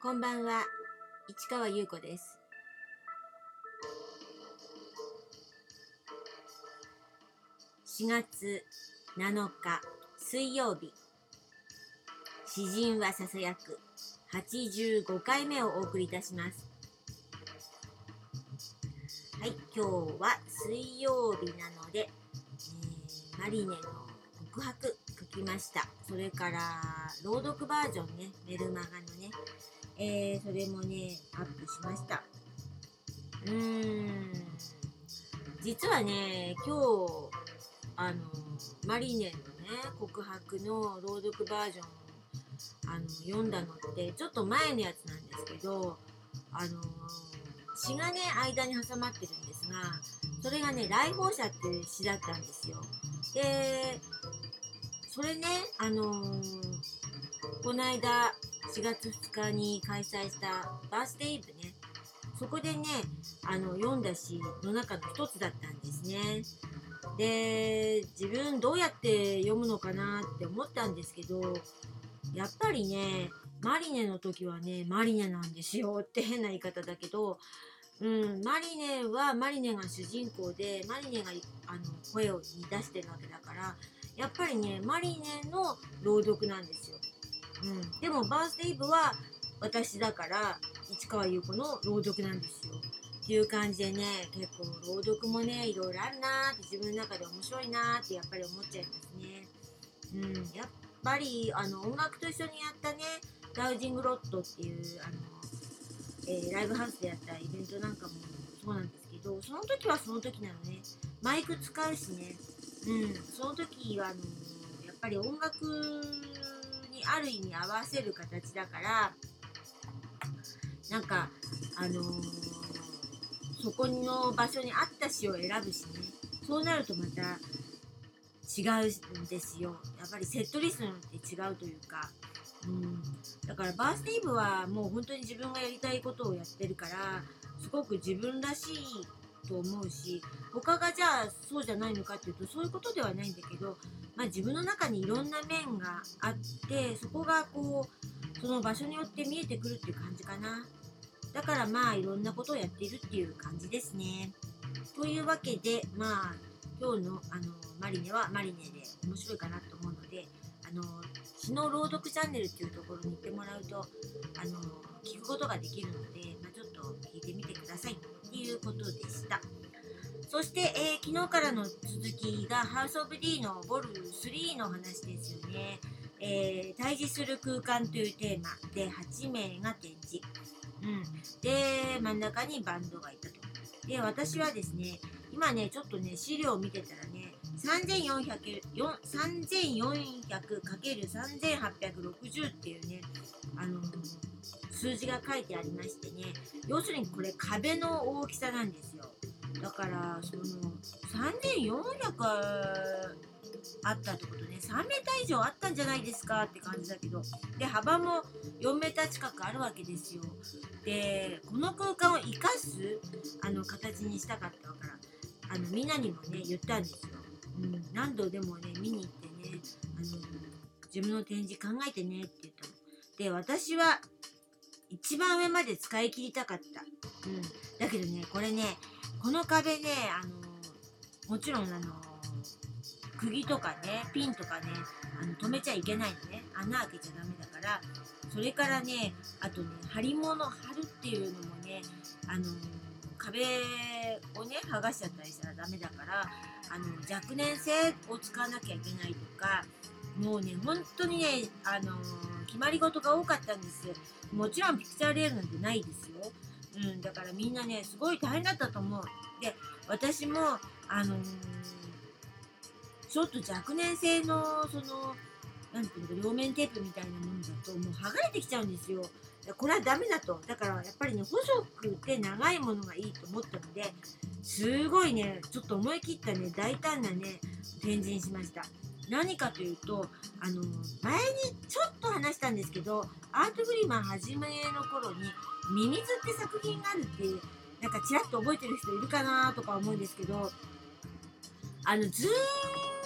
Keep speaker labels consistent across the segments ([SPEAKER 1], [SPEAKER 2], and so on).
[SPEAKER 1] こんばんは、市川優子です。4月7日水曜日、詩人はささやく85回目をお送りいたします。はい、今日は水曜日なので、マリネの告白書きました。それから朗読バージョンね、メルマガのね、それもねアップしました。実はね、今日マリネのね告白の朗読バージョン読んだのってちょっと前のやつなんですけど、詩がね間に挟まってるんですが、それがね来訪者っていう詩だったんですよ。でそれねこの間4月2日に開催したバースデーイブね、そこでね読んだ詩の中の一つだったんですね。で自分どうやって読むのかなって思ったんですけど、やっぱりねマリネの時はねマリネなんですよって変な言い方だけど、マリネはマリネが主人公でマリネが声をに出してるわけだから、やっぱりねマリネの朗読なんですよ。でもバースデーイブは私だから市川優子の朗読なんですよっていう感じでね、結構朗読もねいろいろあるなーって自分の中で面白いなーってやっぱり思っちゃいますね。やっぱり音楽と一緒にやったねラウジングロットっていうライブハウスでやったイベントなんかもそうなんですけど、その時はその時なのね、マイク使うしね、その時はやっぱり音楽にある意味合わせる形だから、なんかあのーそこの場所に合った詩を選ぶしね、そうなるとまた違うんですよ。やっぱりセットリストによって違うというか、だからバースデーイブはもう本当に自分がやりたいことをやってるから、すごく自分らしいと思うし、他がじゃあそうじゃないのかっていうとそういうことではないんだけど、自分の中にいろんな面があって、そこがこうその場所によって見えてくるっていう感じかな。だからいろんなことをやっているっていう感じですね。というわけで今日のマリネはマリネで面白いかなと思うので、詩の朗読チャンネルっていうところに行ってもらうと聞くことができるので、ちょっと聞いてみてくださいっていうことでした。そして、昨日からの続きがハウス・オブ・D のボル3の話ですよね。対峙する空間というテーマで8名が展示、で真ん中にバンドがいたと。で私はですね今ねちょっとね資料を見てたらね 3400×3860 っていうね数字が書いてありましてね、要するにこれ壁の大きさなんですよ。だからその3400あったってことね、3メーター以上あったんじゃないですかって感じだけど、で幅も4メーター近くあるわけですよ。でこの空間を生かす形にしたかったからみんなにもね言ったんですよ。何度でもね見に行ってね自分の展示考えてねって言ったので、私は一番上まで使い切りたかった。だけどねこれねこの壁ねもちろん釘とかねピンとかね止めちゃいけないのね、穴開けちゃダメだから。それからねあとね貼り物貼るっていうのもね壁をね剥がしちゃったりしたらダメだから、若年性を使わなきゃいけないとか、もうね本当にね決まり事が多かったんです。もちろんピクチャーレールなんてないですよ。だからみんなねすごい大変だったと思う。で私もちょっと若年性のなんていうの両面テープみたいなものだともう剥がれてきちゃうんですよ。これはダメだと。だからやっぱりね細くて長いものがいいと思ったので、すごいねちょっと思い切ったね大胆なね展示にしました。何かというと前にちょっと話したんですけど、アートフリーマン初めの頃にミミズって作品があるってなんかちらっと覚えてる人いるかなとか思うんですけど、ずーっ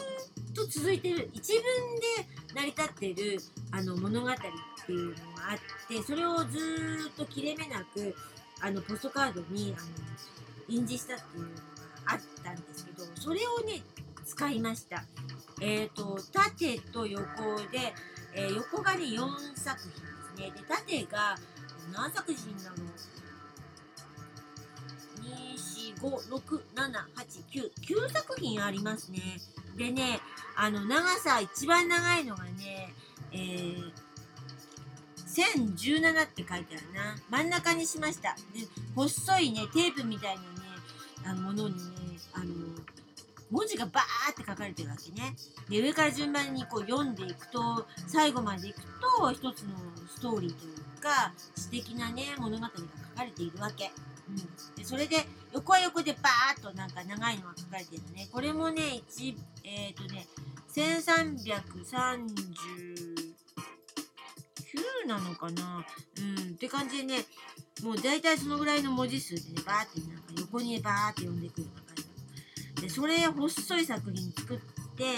[SPEAKER 1] と続いてる、一文で成り立ってる物語っていうのがあって、それをずーっと切れ目なくポストカードに印字したっていうのがあったんですけど、それをね使いました。縦と横で、横がね4作品ですね。で縦が何作品だろう、2、4、5、6、7、8、9、9作品ありますね。でね、長さ一番長いのがね、1017って書いてあるな。真ん中にしました。で、細いね、テープみたいなね、ものにね、文字がバーって書かれてるわけね。で、上から順番にこう読んでいくと、最後までいくと、一つのストーリーというか、詩的なね、物語が書かれているわけ。うん。で、それで、横は横でバーっとなんか長いのが書かれてるのね。これもね、1339なのかな。って感じでね、もう大体そのぐらいの文字数でね、バーってなんか横にバーって読んでいくような感じ。でそれ細い作品作って、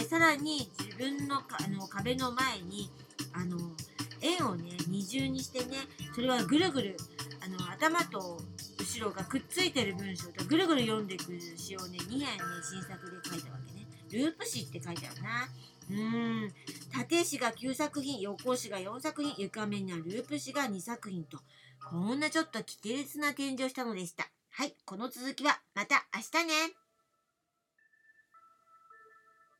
[SPEAKER 1] さらに自分の壁の前に円をね二重にしてね、それはぐるぐる頭と後ろがくっついてる文章とぐるぐる読んでいく詩をね2編ね新作で書いたわけね。ループ詩って書いてあるな。縦詩が9作品、横詩が4作品、床面にはループ詩が2作品と、こんなちょっと奇烈な展示をしたのでした。はい、この続きはまた明日ね。